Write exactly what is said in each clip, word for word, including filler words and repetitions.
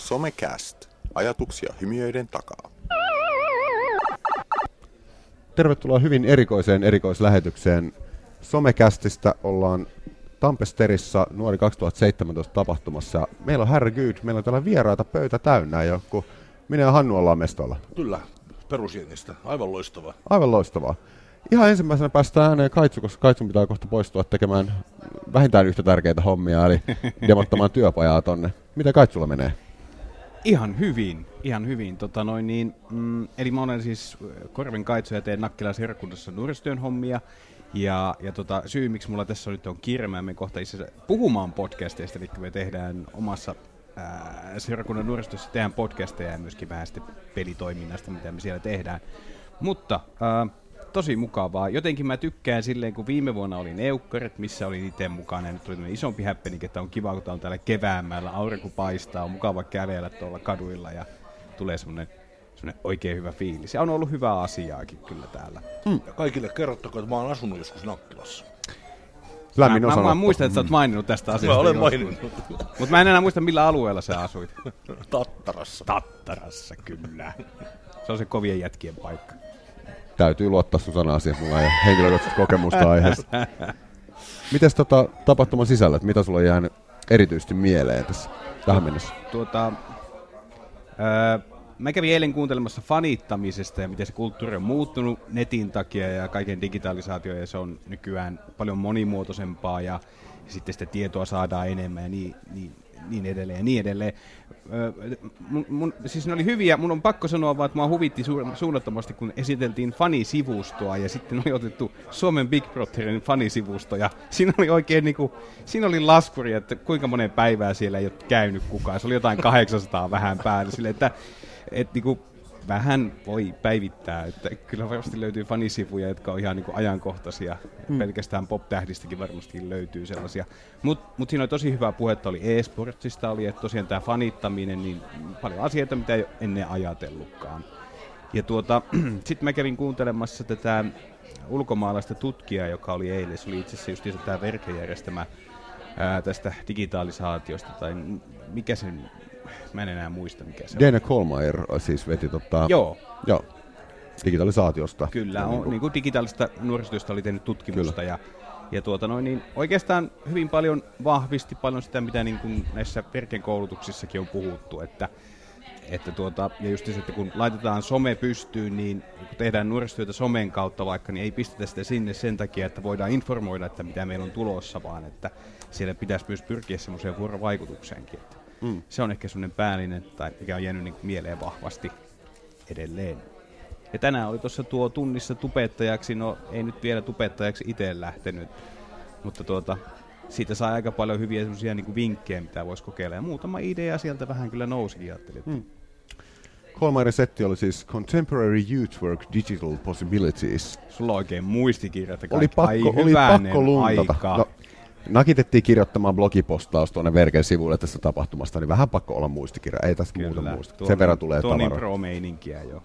Somecast. Ajatuksia hymiöiden takaa. Tervetuloa hyvin erikoiseen erikoislähetykseen. Somecastista ollaan Tampesterissa Nuori kaksituhattaseitsemäntoista tapahtumassa. Meillä on herregud, meillä on täällä vieraita pöytä täynnä jo, kun minä ja Hannu ollaan mestolla. Kyllä, perusjengistä. Aivan loistavaa. Aivan loistavaa. Ihan ensimmäisenä päästään ääneen Kaitsu, koska Kaitsun pitää kohta poistua tekemään vähintään yhtä tärkeitä hommia, eli demottamaan työpajaa tonne. Mitä Kaitsulla menee? Ihan hyvin, ihan hyvin. Tota noin niin, mm, eli mä olen siis Korven Kaitsu ja teen Nakkilan seurakunnassa nuorisotyön hommia. Ja, ja tota, syy, miksi mulla tässä nyt on kirjaa, me kohta itse puhumaan podcasteista, eli me tehdään omassa ää, seurakunnan nuorisotyössä tehdään podcasteja ja myöskin vähän sitten pelitoiminnasta, mitä me siellä tehdään. Mutta ää, tosi mukavaa. Jotenkin mä tykkään silleen, kun viime vuonna oli Eukkarit, missä oli itse mukana, ja nyt tuli isompi häppening, että on kiva, kun tää on täällä keväämällä, aurinko paistaa, on mukava kävellä tuolla kaduilla ja tulee semmonen, semmonen oikein hyvä fiilis. Ja on ollut hyvää asiaakin kyllä täällä. Mm. Ja kaikille kerrottakoon, että mä oon asunut joskus Nakkilassa. Lämmin mä, mä, mä muistan, että sä oot maininnut tästä asiasta. Mä olen maininnut. Mutta mä en enää muista, millä alueella sä asuit. Tattarassa. Tattarassa, kyllä. Se on se kovien jätkien paikka. Täytyy luottaa sun sana-asiat, mulla ei ole henkilökohtaista kokemusta aiheesta. Mites tota, tapahtuman sisällöt, mitä sulla on jäänyt erityisesti mieleen tässä tähän mennessä? Tuota, öö, mä kävin eilen kuuntelemassa fanittamisesta ja miten se kulttuuri on muuttunut netin takia ja kaiken digitalisaatio, ja se on nykyään paljon monimuotoisempaa ja, ja sitten sitä tietoa saadaan enemmän ja niin, niin, niin edelleen ja niin edelleen. Öö, mun, mun, siis ne oli hyviä, mun on pakko sanoa vaan, että mua huvitti su- suunnattomasti, kun esiteltiin fanisivustoa ja sitten oli otettu Suomen Big Brotherin fanisivusto ja siinä oli oikein niinku, siinä oli laskuri, että kuinka monen päivää siellä ei ole käynyt kukaan. Se oli jotain kahdeksansataa vähän päällä sille, että et niinku vähän voi päivittää, että kyllä varmasti löytyy fanisivuja, jotka on ihan niinku ajankohtaisia. Hmm. Pelkästään pop-tähdistäkin varmasti löytyy sellaisia. Mutta mut siinä oli tosi hyvää puhetta, oli e-sportsista, oli että tosiaan tämä fanittaminen, niin paljon asioita, mitä ei ole ennen ajatellutkaan. Ja tuota, sitten mä kävin kuuntelemassa tätä ulkomaalaista tutkijaa, joka oli eilen. Se oli itse asiassa just tämä verkkojärjestelmä ää, tästä digitalisaatiosta, tai mikä sen... Mä en enää muista, mikä se on. Dana Kohlmeier siis veti tota... Joo. Joo. Digitalisaatiosta. Kyllä, on, niin kuin digitaalista nuorisotyöstä oli tehnyt tutkimusta. Ja, ja tuota noin, niin oikeastaan hyvin paljon vahvisti paljon sitä, mitä niin kuin näissä verkon koulutuksissakin on puhuttu. Että, että tuota, ja just se, että kun laitetaan some pystyyn, niin kun tehdään nuorisotyötä somen kautta vaikka, niin ei pistetä sitä sinne sen takia, että voidaan informoida, että mitä meillä on tulossa, vaan että siellä pitäisi myös pyrkiä semmoiseen vuorovaikutukseenkin. Mm. Se on ehkä semmoinen päällinen, tai mikä on jäänyt niin mieleen vahvasti edelleen. Ja tänään oli tuossa tuo tunnissa tubettajaksi, no ei nyt vielä tubettajaksi itse lähtenyt, mutta tuota, siitä saa aika paljon hyviä semmoisia niin kuin vinkkejä, mitä voisi kokeilla. Ja muutama idea sieltä vähän kyllä nousikin, ajattelin. Mm. Kohlmeirin setti oli siis Contemporary Youth Work Digital Possibilities. Sulla on oikein muistikirjat ja oli pakko, oli pakko luntata. No, nakitettiin kirjoittamaan blogipostaus tuonne Verken sivuille tästä tapahtumasta, niin vähän pakko olla muistikirja, ei tässä muuta muista. Sen verran tulee tavaraa. Tuo niin pro-meininkiä jo.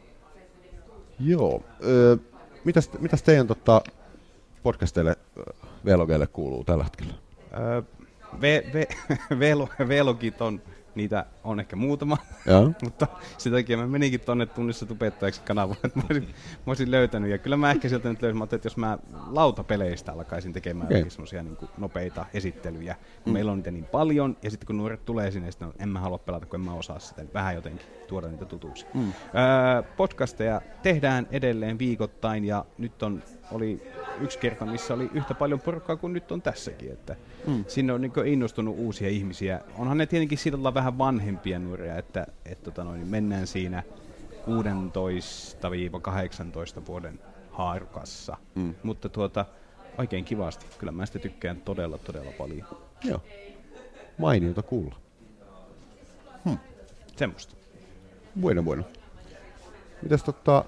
Joo. Öö, mitäs, mitäs teidän tota, podcasteille, vlogeille kuuluu tällä hetkellä? Öö, ve, ve, velo, vlogit on, niitä on ehkä muutama, mutta sen takia mä meninkin tonne tunnissa tubettajaksi kanavalle, että mä olisin, mä olisin löytänyt. Ja kyllä mä ehkä sieltä nyt löysin, että jos mä lautapeleistä alkaisin tekemään okay. semmosia niin kuin nopeita esittelyjä, kun mm. meillä on niitä niin paljon, ja sitten kun nuoret tulee sinne, sitten en mä halua pelata, kun en mä osaa sitä, niin vähän jotenkin tuoda niitä tutuksi. Mm. Öö, podcasteja tehdään edelleen viikoittain, ja nyt on, oli yksi kerta, missä oli yhtä paljon porukkaa kuin nyt on tässäkin, että mm. sinne on niin kuin innostunut uusia ihmisiä. Onhan ne tietenkin sillä tavalla vähän vanhempia nuoria, että et, tota noin, mennään siinä kuusitoista kahdeksantoista vuoden haarukassa, mm. mutta tuota, oikein kivasti. Kyllä mä sitä tykkään todella, todella paljon. Joo, mainiota kuulla. Hmm. Semmosta. Bueno, bueno. Mitäs tota...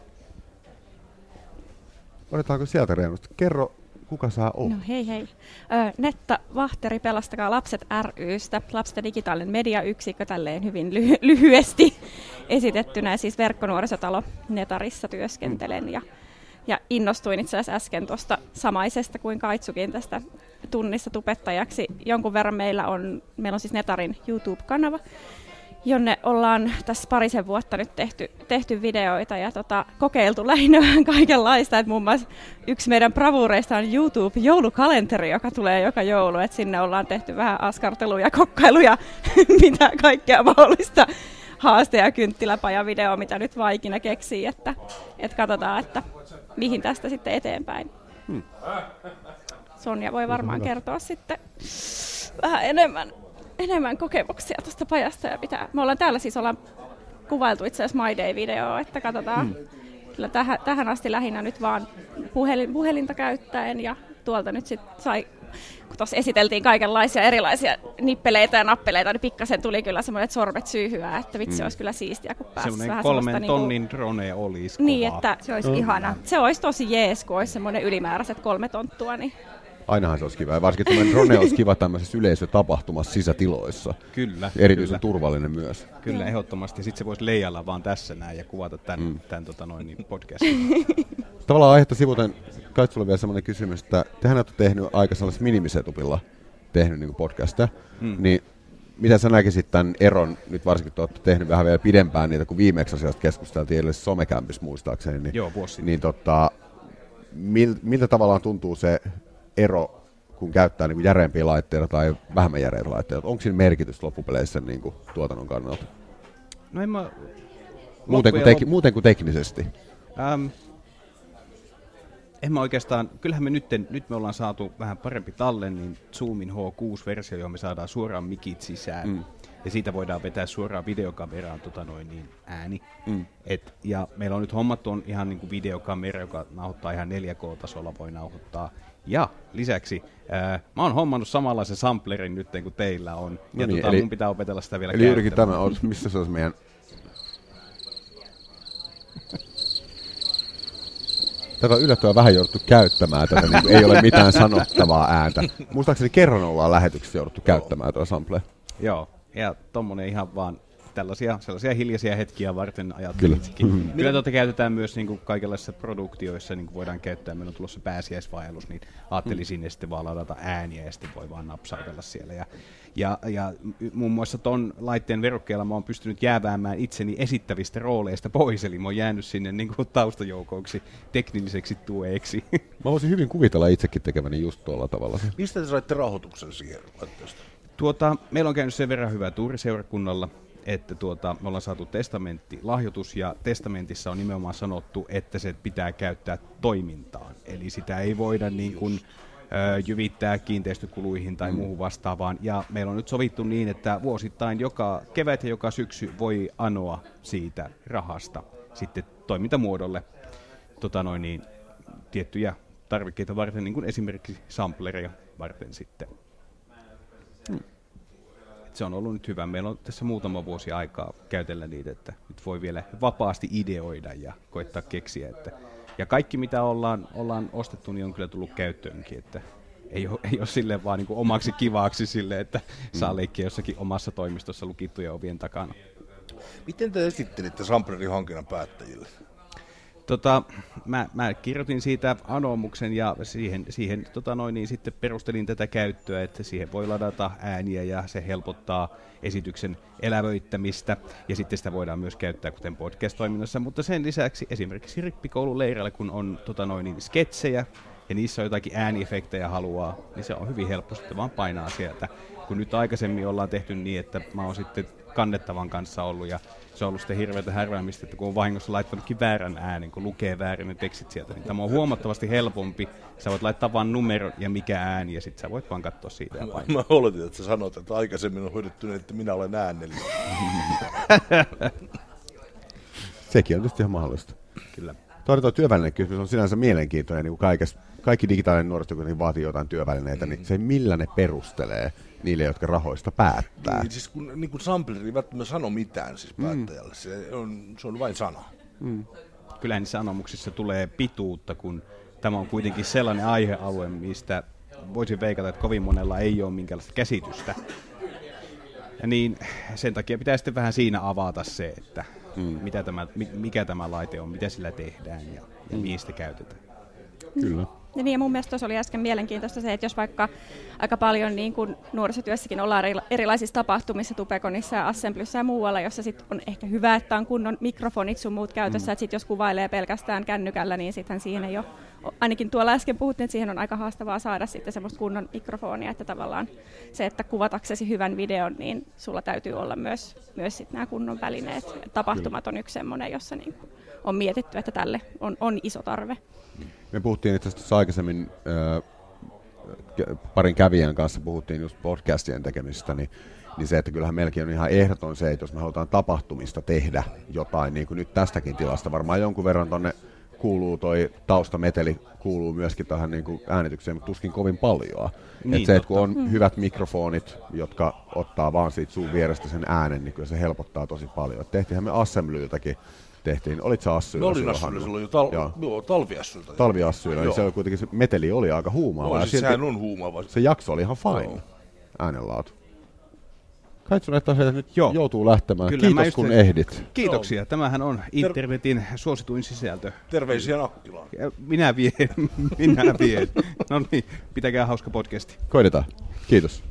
Odetaanko sieltä Reenusta? Kerro, kuka sä oot? No hei hei. Ö, Netta Vahteri, Pelastakaa lapset ry:stä. Lapset ja digitaalinen mediayksikkö, tälleen hyvin lyhy- lyhyesti esitettynä. Siis verkkonuorisotalo Netarissa työskentelen. Ja, ja innostuin itse asiassa äsken tuosta samaisesta kuin Kaitsukin tästä tunnissa tubettajaksi. Jonkun verran meillä on, meillä on siis Netarin YouTube-kanava. jonne ollaan tässä parisen vuotta nyt tehty, tehty videoita ja tota, kokeiltu lähinnä vähän kaikenlaista. Et muun muassa yksi meidän bravureista on YouTube-joulukalenteri, joka tulee joka joulu. Et sinne ollaan tehty vähän askarteluja, kokkailuja, mitä kaikkea mahdollista haaste- ja kynttiläpaja-videoa, mitä nyt vaan ikinä keksii. Että, et katsotaan, että mihin tästä sitten eteenpäin. Hmm. Sonja voi varmaan kertoa sitten vähän enemmän. enemmän kokemuksia tuosta pajasta ja pitää. Me ollaan täällä siis ollaan kuvailtu itse asiassa My Day-videoa, että katsotaan. Hmm. Kyllä tähän, tähän asti lähinnä nyt vaan puhelin, puhelinta käyttäen ja tuolta nyt sitten sai, kun tuossa esiteltiin kaikenlaisia erilaisia nippeleitä ja nappeleita, niin pikkasen tuli kyllä semmoinen, että sormet syyhyää, että vitsi hmm. olisi kyllä siistiä, kun pääsisi vähän kolmen semmoista tonnin niinku, drone olisi niin, että se olisi mm. ihana. Se olisi tosi jees, kun olisi semmoinen ylimääräiset kolme tonttua, niin ainahan se olisi kiva. Ja varsinkin tämmöinen drone olisi kiva tämmöisessä yleisötapahtumassa sisätiloissa. Kyllä. Erityisen kyllä. turvallinen myös. Kyllä, ehdottomasti. Sitten se voisi leijailla vaan tässä näin ja kuvata tämän, mm. tämän tota noin, niin podcastin. Tavallaan aihetta sivuten, kai sulla on vielä semmoinen kysymys, että tehän olette tehnyt aika sellaisessa minimisetupilla tehnyt niin podcastia, mm. niin miten sä näkisit tämän eron, nyt varsinkin kun olette tehnyt vähän vielä pidempään niitä, kun viimeksi asiasta keskusteltiin, eli somekämpissä muistaakseni, niin, Joo, vuosi sitten. niin tota, mil, miltä tavallaan tuntuu se ero, kun käyttää niin kuin järeämpiä laitteita tai vähemmän järeitä laitteita? Onko siinä merkitys loppupeleissä niin kuin tuotannon kannalta? No en mä... Muuten kuin, tek- muuten kuin teknisesti? Ähm, en mä oikeastaan... Kyllähän me nyt, nyt me ollaan saatu vähän parempi tallen, niin Zoomin H kuusi -versio, johon me saadaan suoraan mikit sisään. Mm. Ja siitä voidaan vetää suoraan videokameraan tota noin, niin ääni. Mm. Et, ja meillä on nyt hommattu on ihan niin kuin videokamera, joka nauhoittaa ihan neljä K-tasolla, voi nauhoittaa. Ja lisäksi ää, mä oon hommannut samanlaisen samplerin nyt kuin teillä on. No ja niin, tota, eli, mun pitää opetella sitä vielä eli juurikin tämä, on, missä se olisi meidän... Tätä on yllättävän vähän jouduttu käyttämään, tätä niin ei ole mitään sanottavaa ääntä. Muistaakseni kerran ollaan lähetyksessä jouduttu käyttämään tuo sample. Joo, ja tommonen ihan vaan tällaisia sellaisia hiljaisia hetkiä varten ajattelin itsekin. Mm-hmm. Kyllä tuota käytetään myös niin kuin kaikenlaisissa produktioissa, niin kuin voidaan käyttää. Meillä on tulossa pääsiäisvaellus, niin ajattelin mm. sinne sitten vaan ladata ääniä ja sitten voi vaan napsautella siellä. Ja, ja, ja muun muassa ton laitteen verukkeella mä oon pystynyt jääväämään itseni esittävistä rooleista pois, eli mä oon jäänyt sinne niin kuin taustajoukoiksi, teknilliseksi tueksi. Mä voisin hyvin kuvitella itsekin tekeväni just tuolla tavalla. Mistä te saitte rahoituksen siihen laitteesta? Tuota, meillä on käynyt sen verran hyvää tuuriseurakunnalla, että tuota, me ollaan saatu testamenttilahjoitus, ja testamentissa on nimenomaan sanottu, että se pitää käyttää toimintaan. Eli sitä ei voida niin kuin, ö, jyvittää kiinteistökuluihin tai mm. muuhun vastaavaan. Ja meillä on nyt sovittu niin, että vuosittain joka kevät ja joka syksy voi anoa siitä rahasta sitten toimintamuodolle tota noin niin, tiettyjä tarvikkeita varten, niin kuin esimerkiksi sampleria varten sitten. Mm. Se on ollut nyt hyvä. Meillä on tässä muutama vuosi aikaa käytellä niitä, että nyt voi vielä vapaasti ideoida ja koittaa keksiä. Että ja kaikki mitä ollaan, ollaan ostettu, niin on kyllä tullut käyttöönkin, että ei ole, ei ole silleen vaan niin kuin omaksi kivaksi silleen, että mm. saa leikkiä jossakin omassa toimistossa lukittujen ovien takana. Miten te esittelitte samplerin hankinnan päättäjille? Tota, mä, mä kirjoitin siitä anomuksen ja siihen, siihen tota noin, niin sitten perustelin tätä käyttöä, että siihen voi ladata ääniä ja se helpottaa esityksen elävöittämistä ja sitten sitä voidaan myös käyttää kuten podcast-toiminnassa, mutta sen lisäksi esimerkiksi rippikoululeirillä, kun on tota noin, niin sketsejä ja niissä on jotakin ääniefektejä haluaa, niin se on hyvin helppo sitten vaan painaa sieltä. Kun nyt aikaisemmin ollaan tehty niin, että mä oon sitten kannettavan kanssa ollut ja se on ollut sitten hirveätä härväämistä, että kun on vahingossa laittanutkin väärän äänen, kun lukee väärin ne tekstit sieltä, niin tämä on huomattavasti helpompi. Sä voit laittaa vaan numero ja mikä ääni ja sitten sä voit vaan katsoa siitä ja painaa. Mä oletin, että sä sanot, että aikaisemmin on hoidettu, että minä olen äänellinen. Sekin on tietysti ihan mahdollista. Kyllä. Tuo, tuo työvälineen kysymys on sinänsä mielenkiintoinen, niin kuin kaikessa, kaikki digitaalinen nuoriso, kun vaatii jotain työvälineitä, mm-hmm. niin se millä ne perustelee niille, jotka rahoista päättää. Niin, siis kun niin kun sampleri ei välttämättä sano mitään siis päättäjälle, mm. se, on, se on vain sana. Mm. Kyllä niissä anomuksissa tulee pituutta, kun tämä on kuitenkin sellainen aihealue, mistä voisin veikata, että kovin monella ei ole minkäänlaista käsitystä. Ja niin sen takia pitää sitten vähän siinä avata se, että mm. mitä tämä, mikä tämä laite on, mitä sillä tehdään ja, ja mm. mihin sitä käytetään. Kyllä. Ja niin, ja mun mielestä tuossa oli äsken mielenkiintoista se, että jos vaikka aika paljon niin kuin nuorisotyössäkin ollaan erilaisissa tapahtumissa, Tupekonissa ja Assemblyssä ja muualla, jossa sit on ehkä hyvä, että on kunnon mikrofonit sun muut käytössä, mm. että sit jos kuvailee pelkästään kännykällä, niin sitten siihen ei ole, ainakin tuolla äsken puhuttiin, että siihen on aika haastavaa saada sitten semmoista kunnon mikrofonia, että tavallaan se, että kuvataksesi hyvän videon, niin sulla täytyy olla myös, myös sit nämä kunnon välineet. Tapahtumat on yksi semmoinen, jossa niin on mietitty, että tälle on, on iso tarve. Me puhuttiin itse asiassa aikaisemmin äh, parin kävijän kanssa, puhuttiin just podcastien tekemistä, niin, niin se, että kyllähän meilläkin on ihan ehdoton se, että jos me halutaan tapahtumista tehdä jotain, niin kuin nyt tästäkin tilasta, varmaan jonkun verran tonne kuuluu toi taustameteli, kuuluu myöskin tähän niin kuin äänitykseen, mutta tuskin kovin paljon. Niin, että se, että kun on mm. hyvät mikrofonit, jotka ottaa vaan siitä suun vierestä sen äänen, niin kyllä se helpottaa tosi paljon. Et tehtiinhän me Assemblyltäkin. Tehtiin. Olit sä Assyillä? No olin Assyillä silloin jo tal- joo, talviassyilta. Talviassyillä, niin se oli kuitenkin, se meteli oli aika huumaava. No, siis sehän on huumaava. Se jakso oli ihan fine, no. äänenlaatu. Kaitsu näyttää sieltä, että nyt joo. joutuu lähtemään. Kyllä, kiitos kun ehdit. Kiitoksia. No. Tämähän on internetin suosituin sisältö. Terveisiä Nakkilaan. Minä vien. Minä vien. No niin, pitäkää hauska podcasti. Koitetaan. Kiitos.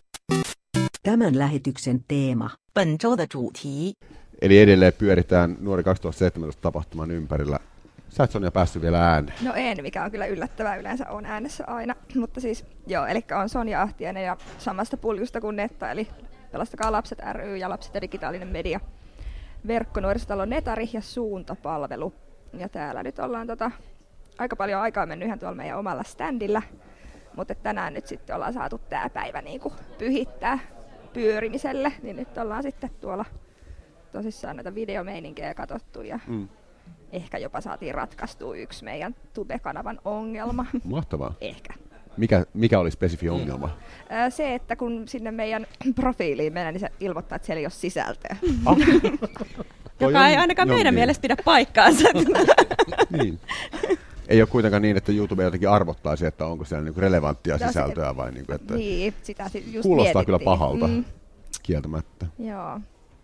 Tämän lähetyksen teema. 本周的主题 Eli edelleen pyöritään Nuori kaksituhattaseitsemäntoista tapahtuman ympärillä. Sä et Sonja päässyt vielä ääneen. No en, mikä on kyllä yllättävää. Yleensä on äänessä aina. Mutta siis, joo, eli on Sonja Ahtiainen ja samasta puljusta kuin Netta, eli Pelastakaa lapset ry ja Lapset ja digitaalinen media. Verkkonuorisotalo Netari ja Suuntapalvelu. Ja täällä nyt ollaan tota, aika paljon aikaa mennyt ihan tuolla meidän omalla standilla. Mutta tänään nyt sitten ollaan saatu tää päivä niinku pyhittää pyörimiselle. Niin nyt ollaan sitten tuolla tosissaan näitä videomeininkiä katsottu ja mm. ehkä jopa saatiin ratkaistua yksi meidän Tube-kanavan ongelma. Mahtavaa. Ehkä. Mikä, mikä oli spesifi ongelma? Mm. Se, että kun sinne meidän profiiliin mennään, niin se ilmoittaa, että siellä ei ole sisältöä. Ah. Joka ei ainakaan meidän niin. mielestä pidä paikkaansa. Niin. Ei ole kuitenkaan niin, että YouTube jotenkin arvottaisi, että onko siellä niinku relevanttia no, sisältöä vai niinku, että niin, sitä just kuulostaa mietittiin. Kyllä pahalta, mm. kieltämättä. Joo.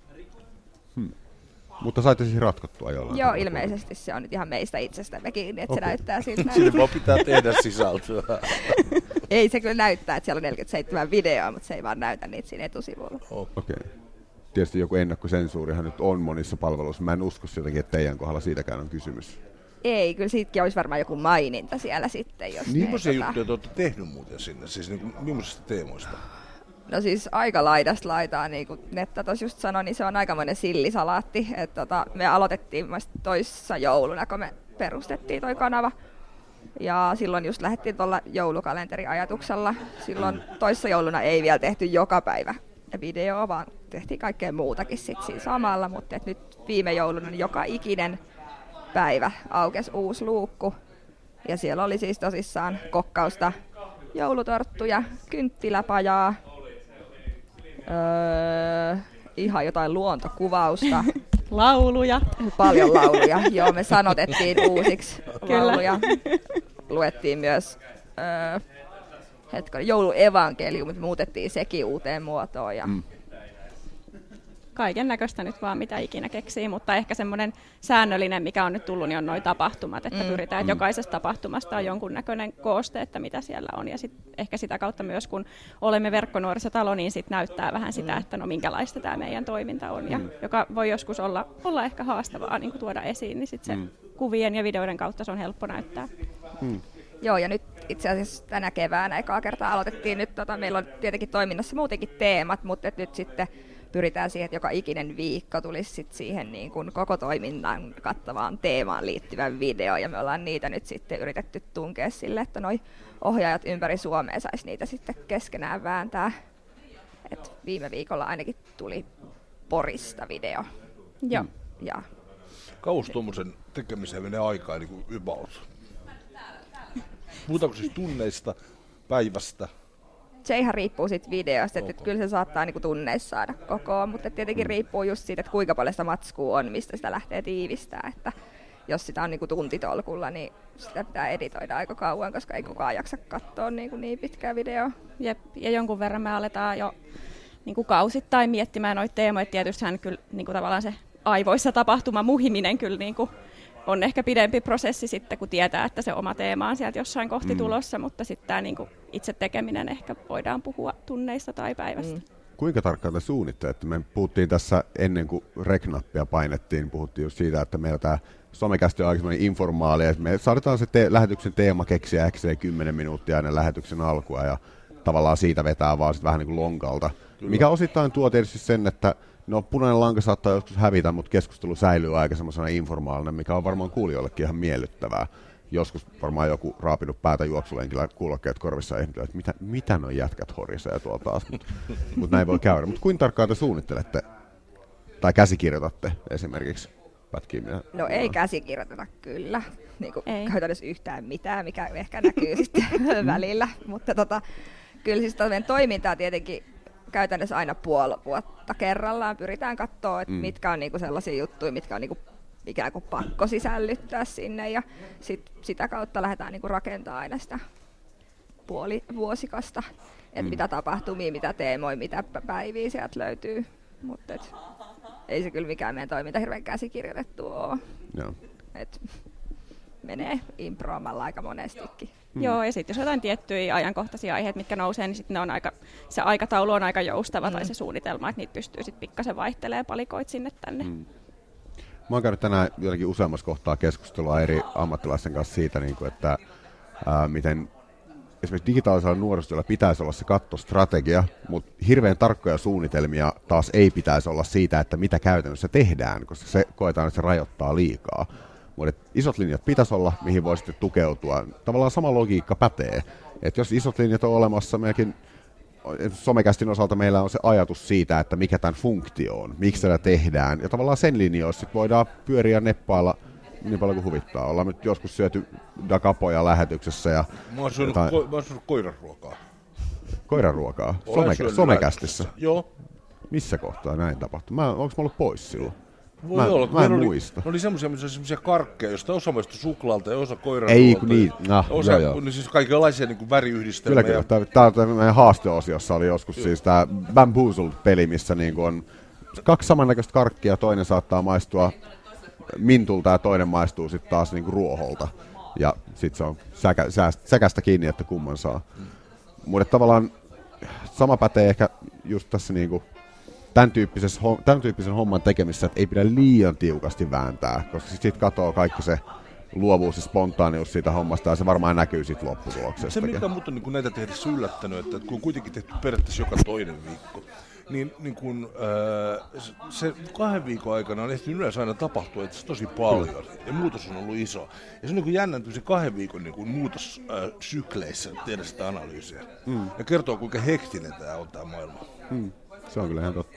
Hmm. Mutta saitte siis ratkottua jollain? Joo, ilmeisesti se on nyt ihan meistä itsestämme kiinni, että okay. se näyttää siltä. Sinne vaan pitää tehdä sisältöä. Ei se kyllä näyttää, että siellä on neljäkymmentäseitsemän videoa, mutta se ei vaan näytä niitä siinä etusivulla. Okei. Okay. Tietysti joku ennakkosensuurihan nyt on monissa palveluissa. Mä en usko jotenkin, että teidän kohdalla siitäkään on kysymys. Ei, kyllä siitäkin olisi varmaan joku maininta siellä sitten. Jos millaisia tota... juttuja te olette tehnyt muuten sinne? Siis niin kuin, millaisista teemoista? No siis aika laidasta laitaa, niin kuin Netta tuossa just sanoi, niin se on aikamoinen sillisalaatti. Et tota, me aloitettiin toissa jouluna, kun me perustettiin toi kanava. Ja silloin just lähdettiin tuolla joulukalenteriajatuksella. Silloin toissa jouluna ei vielä tehty joka päivä videoa, vaan tehtiin kaikkea muutakin sit siinä samalla. Mutta nyt viime jouluna niin joka ikinen päivä aukesi uusi luukku. Ja siellä oli siis tosissaan kokkausta, joulutorttuja, kynttiläpajaa, öö, ihan jotain luontokuvausta. Lauluja. Paljon lauluja. Joo, me sanotettiin uusiksi lauluja. Luettiin myös öö, hetken, jouluevankeliumit, muutettiin sekin uuteen muotoon. Ja mm. Kaiken näköistä nyt vaan mitä ikinä keksii, mutta ehkä semmoinen säännöllinen, mikä on nyt tullut, niin on nuo tapahtumat, että mm. pyritään, että jokaisesta tapahtumasta on jonkunnäköinen kooste, että mitä siellä on. Ja sit ehkä sitä kautta myös, kun olemme verkkonuorisotalo, niin sit näyttää vähän sitä, että no minkälaista tämä meidän toiminta on, ja mm. joka voi joskus olla, olla ehkä haastavaa niin kuin tuoda esiin, niin sit se mm. kuvien ja videoiden kautta se on helppo näyttää. Mm. Joo, ja nyt itse asiassa tänä keväänä ekaa kertaa aloitettiin nyt, tota, meillä on tietenkin toiminnassa muutenkin teemat, mutta nyt sitten pyritään siihen, että joka ikinen viikko tulisi sit siihen niin kuin koko toiminnan kattavaan teemaan liittyvän video, ja me ollaan niitä nyt sitten yritetty tunkea sille, että noi ohjaajat ympäri Suomea sais niitä sitten keskenään vääntää. Et viime viikolla ainakin tuli Porista video. Joo. Ja. Kauas tuommoisen tekemiseen menee aikaa niin kuin about? Puhutaanko siis tunneista, päivästä? Se ihan riippuu siitä videosta, että okay. Kyllä se saattaa niinku tunneissa saada kokoon, mutta tietenkin riippuu just siitä, että kuinka paljon sitä matskua on, mistä sitä lähtee tiivistää. Että jos sitä on niinku tuntitolkulla, niin sitä pitää editoida aika kauan, koska ei kukaan jaksa katsoa niinku niin pitkää videoa. Jep, ja jonkun verran me aletaan jo niinku kausittain miettimään noita teemoja. Tietystihän kyllä niinku tavallaan se aivoissa tapahtuma muhiminen kyllä niinku on ehkä pidempi prosessi sitten, kun tietää, että se oma teema on sieltä jossain kohti mm. tulossa, mutta sitten tämä niin kuin itse tekeminen ehkä voidaan puhua tunneista tai päivästä. Mm. Kuinka tarkkaan te suunnittelette? Me puhuttiin tässä ennen kuin rek-nappia painettiin, puhuttiin just siitä, että meillä tämä somekästi on aika semmoinen informaali, että me saadaan se te- lähetyksen teema keksiä äkseen kymmenen minuuttia ennen lähetyksen alkua ja tavallaan siitä vetää vaan sit vähän niin kuin lonkalta. Kyllä. Mikä osittain tuo tietysti sen, että no punainen lanka saattaa joskus hävitä, mutta keskustelu säilyy aika semmoisena informaalinen, mikä on varmaan kuulijoillekin ihan miellyttävää. Joskus varmaan joku raapinut päätä juoksulenkillä kuulokkeet korvissa ja ihmetellä, että mitä, mitä noi jätkät horisee tuolla taas, mutta mut näin voi käydä. Mutta kuinka tarkkaan te suunnittelette tai käsikirjoitatte esimerkiksi pätkiin? No ei käsikirjoiteta kyllä, niin kuin käytännössä yhtään mitään, mikä ehkä näkyy sitten välillä, mutta tota, kyllä siis toimintaa tietenkin käytännössä aina puoli vuotta kerrallaan. Pyritään katsoa, että mm. mitkä on niinku sellaisia juttuja, mitkä on niinku ikään kuin pakko sisällyttää sinne. Ja sit sitä kautta lähdetään niinku rakentamaan aina sitä puolivuosikasta, että mm. mitä tapahtumia, mitä teemoja, mitä päiviä sieltä löytyy. Mutta ei se kyllä mikään meidän toiminta hirveän käsikirjoitettu ole. No. Et menee improamalla aika monestikin. Mm. Joo, ja sitten jos jotain tiettyjä ajankohtaisia aiheita, mitkä nousee, niin sitten on aika, se aikataulu on aika joustava mm. tai se suunnitelma, että niitä pystyy sitten pikkasen vaihtelemaan palikoit sinne tänne. Mm. Mä oon käynyt tänään jotenkin useammassa kohtaa keskustelua eri ammattilaisten kanssa siitä, että ää, miten esimerkiksi digitaalisella nuorisotyöllä pitäisi olla se kattostrategia, mutta hirveän tarkkoja suunnitelmia taas ei pitäisi olla siitä, että mitä käytännössä tehdään, koska se koetaan, että se rajoittaa liikaa. Mutta isot linjat pitäisi olla, mihin voi sitten tukeutua. Tavallaan sama logiikka pätee. Et jos isot linjat on olemassa, meidänkin somekästin osalta meillä on se ajatus siitä, että mikä tämän funktio on, miksi sitä tehdään. Ja tavallaan sen linjoissa voidaan pyöriä ja neppailla niin paljon kuin huvittaa. Ollaan nyt joskus syöty dakapoja lähetyksessä. Ja mä oon syönyt jotain... ko- koiranruokaa. Koiranruokaa? Some- somekästissä? Joo. Missä kohtaa näin tapahtui? Mä, onko mä ollut pois silloin? Voi mä, olla, mä en oli, muista. Ne oli semmoisia karkkeja, joista osa maistui suklaalta ja osa koiran Ei kun niin, nah, osa, joo, joo. Niin siis kaikenlaisia niin kuin väriyhdistelmiä. Kyllä, kyllä. Tää, tää meidän haasteosiossa oli joskus joo. siis tää Bamboozled-peli, missä niin kuin on kaksi samannäköistä karkkia, toinen saattaa maistua mintulta ja toinen maistuu sitten taas niin kuin ruoholta. Ja sit se on säkä, sä, säkästä kiinni, että kumman saa. Mm. Mutta tavallaan sama pätee ehkä just tässä niinku Tämän, tämän tyyppisen homman tekemisessä, että ei pidä liian tiukasti vääntää, koska sitten katoo kaikki se luovuus ja spontaanius siitä hommasta, ja se varmaan näkyy siitä lopputuloksestakin. Se, mikä mut on niin näitä tehdessä yllättänyt, että kun on kuitenkin tehty periaatteessa joka toinen viikko, niin, niin kun, äh, se kahden viikon aikana on ehtinyt yleensä aina tapahtua itse tosi paljon, ja muutos on ollut iso. Ja se on niin jännä, että se kahden viikon niin muutossykleissä äh, tehdä sitä analyysiä, mm. ja kertoo, kuinka hektinen tämä on tämä maailma. Mm. Se on kyllä ihan totta.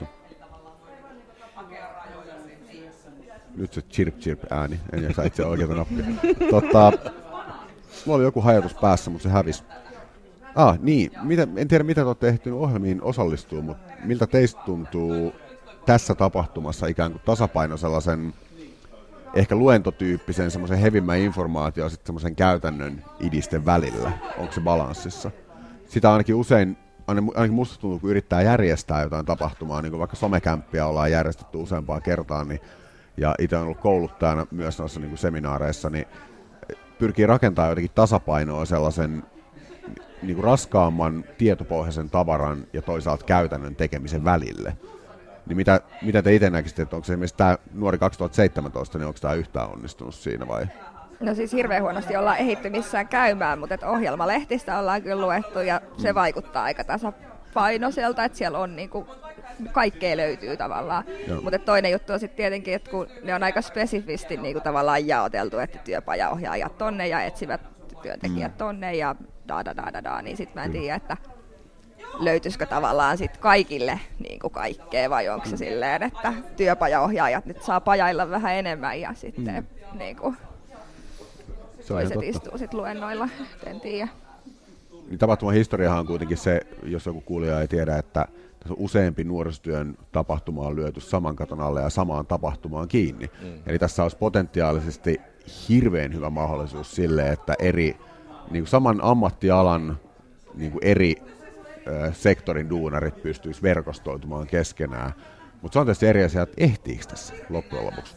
Nyt se chirp chirp ääni, en jaksa itse oikeata nappia. Totta, mulla oli joku hajatus päässä, mutta se hävisi. Ah, niin. Mitä, en tiedä, mitä te olette ehtinyt ohjelmiin osallistua, mutta miltä teistä tuntuu tässä tapahtumassa ikään kuin tasapaino sellaisen ehkä luentotyyppisen, semmoisen hevimmän informaation ja sitten semmoisen käytännön idisten välillä? Onko se balanssissa? Sitä ainakin usein Ainakin musta tuntuu, kun yrittää järjestää jotain tapahtumaa, niin kuin vaikka somekämppiä ollaan järjestetty useampaan kertaan, niin, ja itse olen ollut kouluttajana myös noissa niin kuin seminaareissa, niin pyrkii rakentamaan jotenkin tasapainoa sellaisen niin kuin raskaamman tietopohjaisen tavaran ja toisaalta käytännön tekemisen välille. Niin mitä, mitä te itse näkisitte, että onko se esimerkiksi tämä nuori kaksituhattaseitsemäntoista, niin onko tämä yhtään onnistunut siinä vai? No siis hirveän huonosti ollaan ehditty missään käymään, mutta ohjelmalehtistä ollaan kyllä luettu ja se mm. vaikuttaa aika tasapainoiselta, että siellä on niinku, kaikkea löytyy tavallaan. Mutta toinen juttu on sitten tietenkin, että kun ne on aika spesifisti niinku tavallaan jaoteltu, että työpajaohjaajat tonne ja etsivät työntekijät mm. tonne ja da da da da da, niin sitten mä en tiedä, että löytyisikö tavallaan sit kaikille niinku kaikkea vai onko se mm. silleen, että työpajaohjaajat nyt saa pajailla vähän enemmän ja sitten mm. niinku toiset istuu sitten luennoilla, en tiedä. Niin tapahtuman historiahan on kuitenkin se, jos joku kuulija ei tiedä, että tässä on useampi nuorisotyön tapahtuma on lyöty saman katon alle ja samaan tapahtumaan kiinni. Mm. Eli tässä olisi potentiaalisesti hirveän hyvä mahdollisuus sille, että eri niin kuin saman ammattialan niin kuin eri ö, sektorin duunarit pystyisivät verkostoitumaan keskenään. Mutta se on tietysti eri asia, että ehtiikö tässä loppujen lopuksi.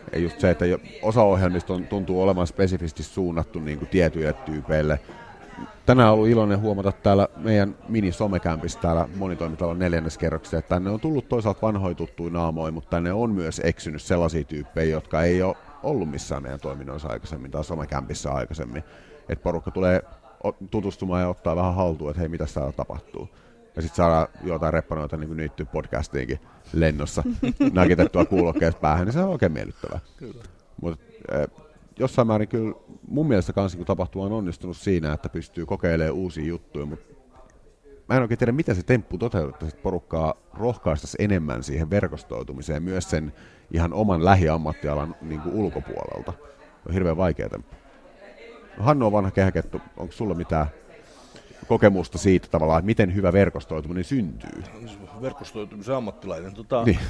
Ja just se, että osa ohjelmista on, tuntuu olevan spesifisti suunnattu niin kuin tietyille tyypeille. Tänään on ollut iloinen huomata täällä meidän mini-somekämpissä täällä monitoimitalon neljänneskerroksessa, että tänne on tullut toisaalta vanhoja tuttuja naamoja, mutta tänne on myös eksynyt sellaisia tyyppejä, jotka ei ole ollut missään meidän toiminnoissa aikaisemmin tai somekämpissä aikaisemmin. Että porukka tulee tutustumaan ja ottaa vähän haltuun, että hei, mitä täällä tapahtuu. Ja sitten saadaan jotain reppanoita niin kuin niittyy podcastiinkin lennossa nakitettua kuulokkeet päähän, niin se on oikein miellyttävää. Mutta eh, jossain määrin kyllä mun mielestä kans niin tapahtuma on onnistunut siinä, että pystyy kokeilemaan uusia juttuja, mutta mä en oikein tiedä, miten se temppu toteutettaisiin, että porukkaa rohkaistaisiin enemmän siihen verkostoitumiseen myös sen ihan oman lähiammattialan niin kuin ulkopuolelta. On hirveän vaikea temppu. No, Hannu on vanha kehäkettu, onko sulla mitään kokemusta siitä tavallaan, että miten hyvä verkostoituminen syntyy? Verkostoitumisen ammattilainen. Tota, niin.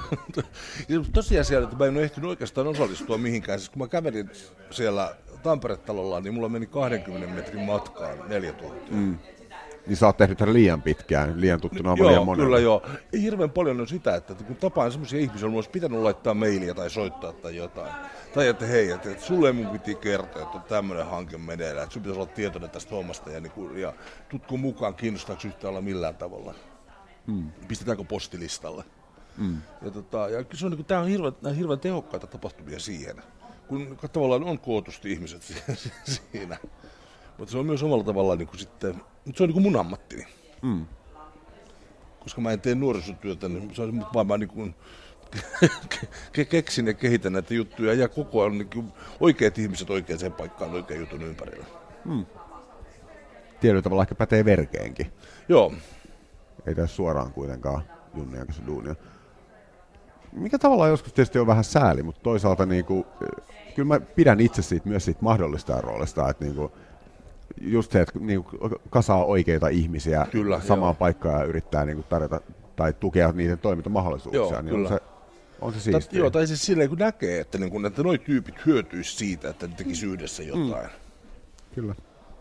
Tosiasia, että mä en ole ehtinyt oikeastaan osallistua mihinkään. Siis kun mä kävelin siellä Tampere-talolla, niin mulla meni kahdenkymmenen metrin matkaan neljä tuntia. Mm. Niin sä oot tehnyt tämän liian pitkään, liian tuttuna on joo, liian monella. Kyllä joo. Ei hirveän paljon on sitä, että kun tapaan semmoisia ihmisiä, on olisi pitänyt laittaa mailia tai soittaa tai jotain. Tai että hei, että, että sulle mun piti kertoa, että on tämmöinen hanke meneillään, että sun pitäisi olla tietoinen tästä hommasta ja, niin kuin, ja tutko mukaan, kiinnostaako yhtään olla millään tavalla. Hmm. Pistetäänkö postilistalle. Hmm. Ja, tota, ja se on, niin kuin, tämä on hirveän, hirveän tehokkaita tapahtumia siihen, kun tavallaan on kootusti ihmiset siinä. Mutta se on myös omalla tavallaan niin kuin sitten, mutta se on niin kuin mun ammattini. Hmm. Koska mä en tee nuorisotyötä, niin se on vaan mä niin kuin keksin ja kehitän näitä juttuja ja koko ajan niin oikeat ihmiset oikeaan paikkaan oikean jutun ympärillä. Hmm. Tietyllä tavalla ehkä pätee verkeenkin. Joo. Ei tässä suoraan kuitenkaan junnia kanssa duunia. Mikä tavallaan joskus tietysti on vähän sääli, mutta toisaalta niin kuin, kyllä mä pidän itse siitä myös siitä mahdollistajan roolista, että niin kuin, just se, että niin kuin, kasaa oikeita ihmisiä kyllä, samaan paikkaan ja yrittää niin kuin, tarjota tai tukea niiden toimintamahdollisuuksia. Joo, niin kyllä. On se, on se siistiä. Joo, tai siis silleen kun näkee, että, niin kun, että noi tyypit hyötyisi siitä, että ne tekisi yhdessä jotain. Mm. Kyllä.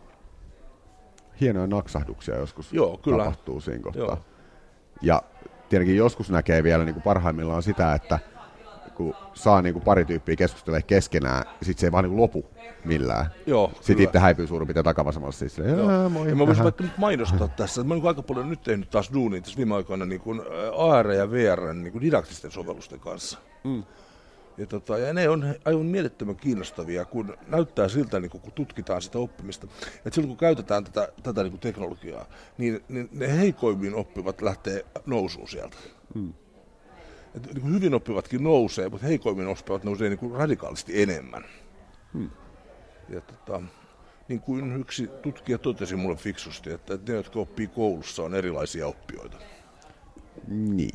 Hienoja naksahduksia joskus joo, kyllä. tapahtuu siinä kohtaa. Joo. Ja tietenkin joskus näkee vielä niin kuin parhaimmillaan sitä, että kun saa niin kuin pari tyyppiä keskustelemaan keskenään, ja sitten se ei vaan niin kuin lopu millään. Joo, sitten itse häipyy suurin piirtein takavasemassa. Siis, joo. Moi, ja mä voisin vaikka nyt mainostaa tässä, että mä oon niin aika paljon nyt tehnyt taas duunia tässä viime aikoina niin kuin A R ja V R niin kuin didaktisten sovellusten kanssa. Mm. Ja, tota, ja ne on aivan mielettömän kiinnostavia, kun näyttää siltä, niin kun tutkitaan sitä oppimista, että silloin kun käytetään tätä, tätä niin kuin teknologiaa, niin, niin ne heikoimmin oppivat lähtee nousuun sieltä. Mm. Et, niin kuin hyvin oppivatkin nousee, mutta heikoimmin oppivat nousee niin kuin radikaalisti enemmän. Mm. Ja, tota, niin kuin yksi tutkija totesi mulle fiksusti, että ne, jotka oppii koulussa, on erilaisia oppijoita. Niin.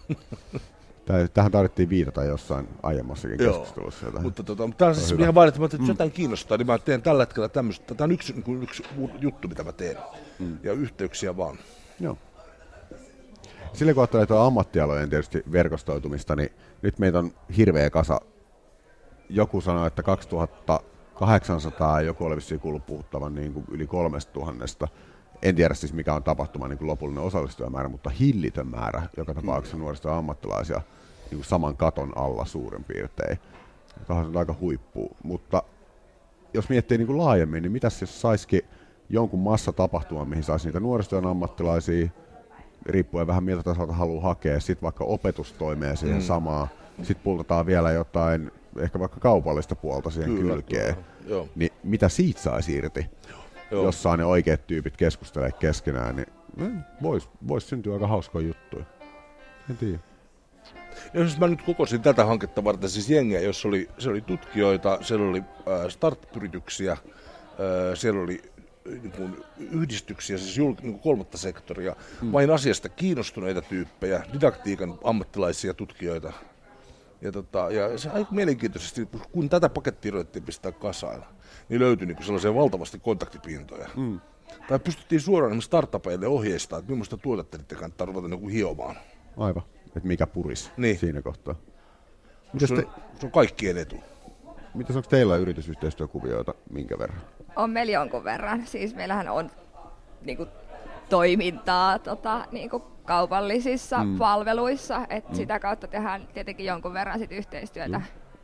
Tähän tarvittiin viitata jossain aiemmassakin keskustelussa. Joo, mutta tota, tämä on siis on ihan vain, että jos mm. jotain kiinnostaa, niin mä teen tällä hetkellä tämmöistä. Tämä on yksi, niin yksi juttu, mitä mä teen. Mm. Ja yhteyksiä vaan. Joo. Sillä kun ajattelee tuo ammattialojen tietysti verkostoitumista, niin nyt meitä on hirveä kasa. Joku sanoi, että kaksituhattakahdeksansataa, joku oli vissiin kuullut puhuttavan niin kuin yli kolmesta tuhannesta. En tiedä siis mikä on tapahtuman niin kuin lopullinen osallistujamäärä, mutta hillitön määrä joka tapauksessa nuorista ammattilaisia niin kuin saman katon alla suurin piirtein. Tämä on aika huippu, mutta jos miettii niin kuin laajemmin, niin mitäs jos saisikin jonkun massatapahtuman, mihin saisi niitä nuorisotyön ammattilaisia, riippuen vähän miltä tasolta haluaa hakea, sitten vaikka opetus toimii siihen mm. samaan, sitten pultataan vielä jotain, ehkä vaikka kaupallista puolta siihen kyllä, kylkeen, kyllä. Niin mitä siitä saisi irti? Joo. Jos saa ne oikeat tyypit keskustelemaan keskenään, niin voisi vois syntyä aika hauskoja juttuja. En tiedä. Jos mä nyt kokosin tätä hanketta varten siis jengiä, jossa oli, siellä oli tutkijoita, siellä oli äh, startup-yrityksiä, äh, siellä oli niin kuin, yhdistyksiä, siis jul, niin kuin kolmatta sektoria, mm. vain asiasta kiinnostuneita tyyppejä, didaktiikan ammattilaisia tutkijoita. Ja, tota, ja se aika mielenkiintoisesti, kun tätä pakettia yritettiin pistää kasaan, niin löytyi niin sellaisia valtavasti kontaktipintoja. Mm. Tai pystyttiin suoraan startupeille ohjeistamaan, että millaista tuotetta niiden kannattaa ruveta niin hiomaan. Aivan, että mikä purisi niin. Siinä kohtaa. Se on, te... se on kaikkien etu. Mitäs onko teillä yritysyhteistyökuvioita minkä verran? On meillä jonkun verran. Siis meillähän on niinku, toimintaa tota, niinku, kaupallisissa mm. palveluissa, että mm. sitä kautta tehdään tietenkin jonkun verran sit yhteistyötä mm.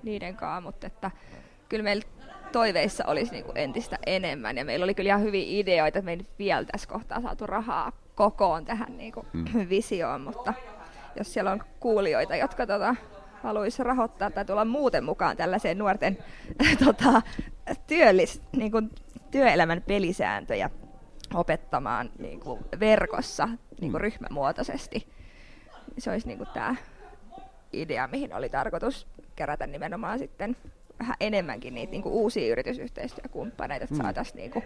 niiden kanssa, mutta että kyllä meillä toiveissa olisi niinku entistä enemmän ja meillä oli kyllä ihan hyviä ideoita, että me ei nyt vielä tässä kohtaa saatu rahaa kokoon tähän niinku mm. visioon, mutta jos siellä on kuulijoita, jotka tota, haluaisi rahoittaa tai tulla muuten mukaan tällaiseen nuorten tota, työllis, niinku, työelämän pelisääntöjä opettamaan niinku, verkossa niinku, ryhmämuotoisesti, se olisi niinku, tämä idea, mihin oli tarkoitus kerätä nimenomaan sitten vähän enemmänkin niitä niinku uusia yritysyhteistyökumppaneita, että mm. saataisiin niinku,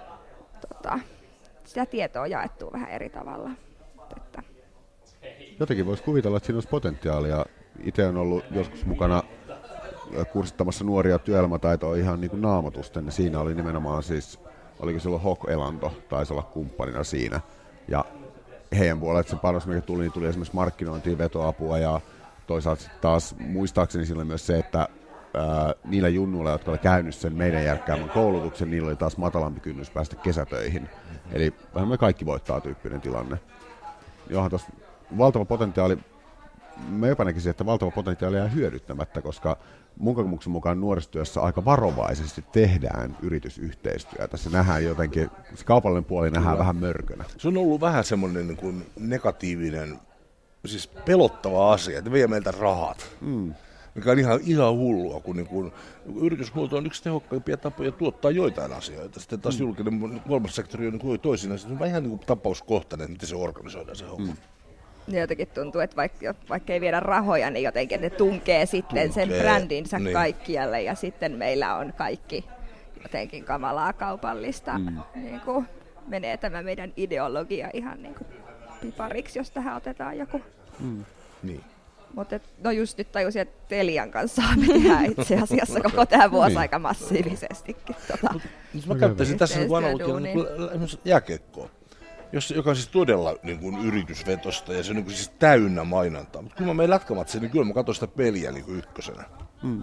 tota, sitä tietoa jaettua vähän eri tavalla. Että. Jotenkin voisi kuvitella, että siinä olisi potentiaalia. Itse olen ollut joskus mukana kurssittamassa nuoria työelämätaitoa ihan niin kuin naamatusten, niin siinä oli nimenomaan siis, oliko silloin H O K-Elanto, taisi olla kumppanina siinä. Ja heidän puolelta se panos, mikä tuli, niin tuli esimerkiksi markkinointiin, vetoapua ja toisaalta taas muistaakseni siinä oli myös se, että ää, niillä junnuilla, jotka oli käynyt sen meidän järkkäämän koulutuksen, niillä oli taas matalampi kynnys päästä kesätöihin. Eli vähän me kaikki voittaa tyyppinen tilanne. Johan tuossa valtava potentiaali, mä jopa näkisin, että valtava potentiaali jää hyödyttämättä, koska mun kokemuksen mukaan nuorisotyössä aika varovaisesti tehdään yritysyhteistyötä. Se nähdään jotenkin, se kaupallinen puoli nähdään Kyllä. vähän mörkönä. Se on ollut vähän semmoinen niin kuin negatiivinen, siis pelottava asia, että vie meiltä rahat. Mm. Mikä on ihan, ihan hullua, kun niin kuin, yritysmuoto on yksi tehokkaimpia tapoja tuottaa joitain asioita. Sitten taas mm. julkinen kolmas sektori on niin toisinaan. Se on vähän niin kuin tapauskohtainen, miten se organisoidaan se homma. Mm. Jotenkin tuntuu, että vaikka, vaikka ei viedä rahoja, niin jotenkin ne tunkee sitten tunkee. sen brändinsä niin. kaikkialle. Ja sitten meillä on kaikki jotenkin kamalaa kaupallista. Mm. Niin kuin menee tämä meidän ideologia ihan niin kuin pipariksi, jos tähän otetaan joku. Mm. Niin. Mutta no just nyt tajusin, että Telian kanssa me tehdään itse asiassa koko tämä vuosi niin. aika massiivisestikin. Tota, Mut, mä käyttäisin tässä niin analogialla niin jääkiekkoa, joka on siis todella niin kuin yritysvetosta ja se on niin kuin siis täynnä mainontaa. Mutta kun mä menen lätkämatsiin, niin kyllä mä katson sitä peliä niin kuin ykkösenä. Mm.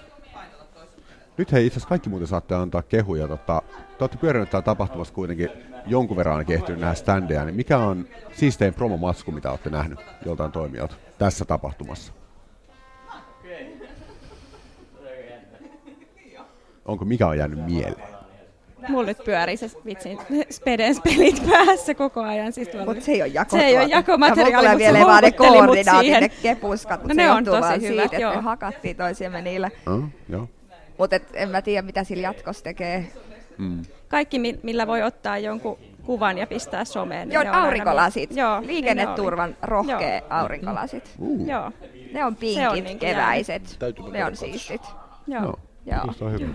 Nyt hei, itse asiassa kaikki muuten saatte antaa kehuja. Tota, te olette pyörineet täällä tapahtumassa kuitenkin jonkun verran ainakin ehtinyt nähdä standeja, niin mikä on siistein promomatsku, mitä olette nähnyt joltain toimijalta tässä tapahtumassa? Onko mikä on jäänyt mieleen? Mulla nyt pyörii se vitsin Spedens pelit päässä koko ajan. Siis mutta se ei ole jako. Se ei ole jakomateriaali, mutta vielä vaan ne koordinaatit, ne kepuskat, mutta no se on johtuu vaan hyvät, siitä, joo. että me hakattiin toisiamme niillä. Mm, joo. Mutta en mä tiedä, mitä sillä jatkossa tekee. Mm. Kaikki, millä voi ottaa jonkun kuvan ja pistää someen. Joo, niin aurinkolasit. Joo, liikenneturvan rohkea aurinkolasit. Uh. Joo. Ne on pinkit, on niin keväiset. Ne on siistit. Joo. No, Joo. Hyvä.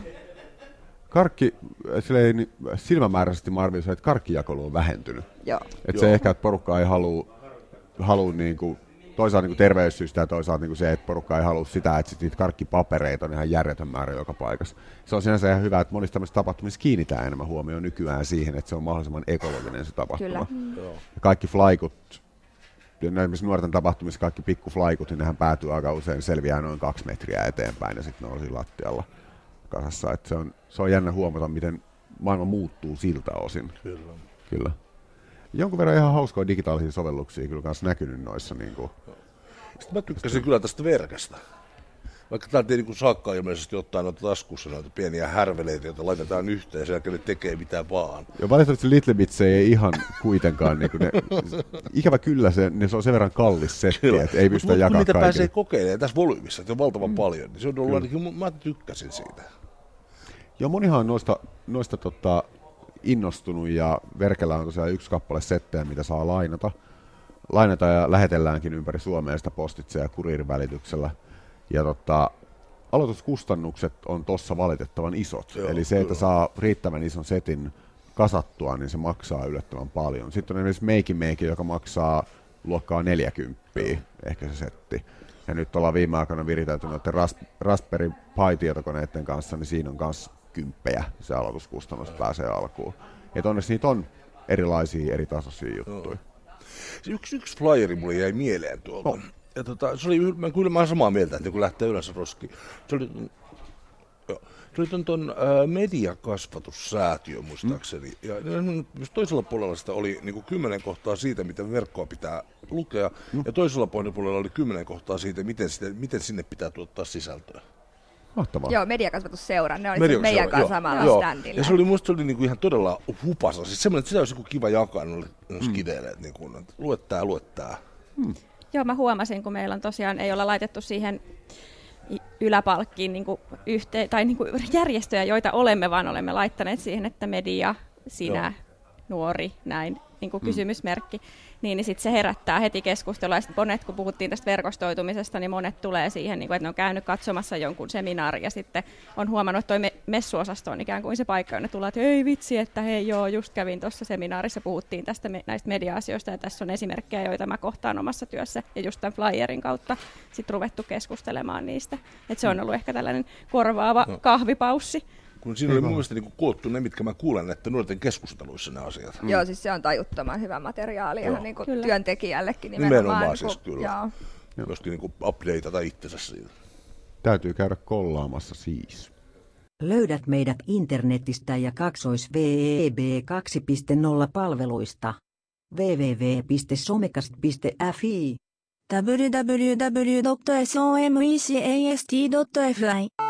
Karkki, silleen, silmämääräisesti mä arvioisin, että karkkijakelu on vähentynyt. Joo. Että se ehkä, että porukka ei halua, halua niinku, toisaalta niinku terveyssyistä ja toisaalta niinku se, että porukka ei halua sitä, että sit niitä karkkipapereita on ihan järjetön määrä joka paikassa. Se on sinänsä ihan hyvä, että monissa tämmöisissä tapahtumissa kiinnitään enemmän huomioon nykyään siihen, että se on mahdollisimman ekologinen se tapahtuma. Kyllä. Mm. Kaikki flaikut, esimerkiksi nuorten tapahtumissa kaikki pikkuflaikut, niin nehän päätyy aika usein selviää noin kaksi metriä eteenpäin ja sitten ne on siinä lattialla kasassa. Että se, on, se on jännä huomata, miten maailma muuttuu siltä osin. Kyllä. Kyllä. Jonkun verran ihan hauskoja digitaalisia sovelluksia kyllä kanssa näkynyt noissa. Niin kuin. Sitten mä tykkäsin kyllä tästä verkasta. Vaikka täältä ei niin saakkaan ilmeisesti ottaa noita taskussa noita pieniä härveleitä, joita laitetaan yhteen ja sen jälkeen ne tekee mitä vaan. Joo, valitettavasti Little Bits ei ihan kuitenkaan. Niin ne, ikävä kyllä se, ne se on sen verran kallis setti, että ei pystytä jakamaan kaikille. Niitä pääsee kokeilemaan tässä volyymissa, että on valtavan mm. paljon. Niin se on ollut ainakin, mä tykkäsin siitä. Joo, monihan on noista, noista tota, innostunut ja Verkellä on tosiaan yksi kappale settejä, mitä saa lainata. Lainata ja lähetelläänkin ympäri Suomea sitä postitse ja kuriirin välityksellä. Ja tota, aloituskustannukset on tossa valitettavan isot. Joo, eli se, että saa riittävän ison setin kasattua, niin se maksaa yllättävän paljon. Sitten on esimerkiksi Make Make, joka maksaa luokkaa neljäkymppiä, ehkä se setti. Ja nyt ollaan viime aikoina viritelty noiden Ras- Raspberry Pi-tietokoneiden kanssa, niin siinä on myös kymppejä se aloituskustannus pääsee alkuun. Et onneksi niitä on erilaisia eri tasoisia juttuja. Yksi, yksi flyeri mulle jäi mieleen tuolta. No. Ja tota, se oli, mä kyllä mä olen samaa mieltä, että kun lähtee yleensä roskiin. Se oli, joo, se oli ton, ton ä, mediakasvatussäätiö muistaakseni. Mm. Ja toisella puolella sitä oli niin kuin kymmenen kohtaa siitä, miten verkkoa pitää lukea. Mm. Ja toisella puolella oli kymmenen kohtaa siitä, miten, sitä, miten sinne pitää tuottaa sisältöä. Mahtavaa. Joo, mediakasvatusseura, ne oli Mediakasvatus, meidän kanssa joo. samalla Joo. standilla. Ja se oli musta se oli niinku ihan todella hupasa. Siis semmoinen, että sitä olisi joku kiva jakaa noille skideille, että niinku, lue tää, lue tää. Hmm. Joo, mä huomasin, kun meillä on tosiaan, ei olla laitettu siihen yläpalkkiin niin kuin yhteen, tai niin kuin järjestöjä, joita olemme, vaan olemme laittaneet siihen, että media, sinä, Joo. nuori, näin, niin kuin mm. kysymysmerkki. Niin, niin sitten se herättää heti keskustelua. Ja sitten monet, kun puhuttiin tästä verkostoitumisesta, niin monet tulee siihen, niin kuin, että ne on käynyt katsomassa jonkun seminaarin ja sitten on huomannut, että toi messuosasto on ikään kuin se paikka, jonne tullaan, että ei vitsi, että hei joo, just kävin tuossa seminaarissa, puhuttiin tästä näistä media-asioista ja tässä on esimerkkejä, joita mä kohtaan omassa työssä ja just tämän flyerin kautta sitten ruvettu keskustelemaan niistä. Että se on ollut ehkä tällainen korvaava no. kahvipaussi. Kun siinä oli mun mielestä niin koottu ne, mitkä mä kuulen, että nuorten keskusteluissa ne asiat. Mm. Joo, siis se on tajuttoman hyvä materiaali ihan niin kuin työntekijällekin nimenomaan. Nimenomaan niin siis kyllä. Myöskin niin updateata itsensä siitä. Täytyy käydä kollaamassa siis. Löydät meidät internetistä ja kaksois web kaksi piste nolla palveluista. double-u double-u double-u piste somecast piste f i double-u double-u double-u piste somecast piste f i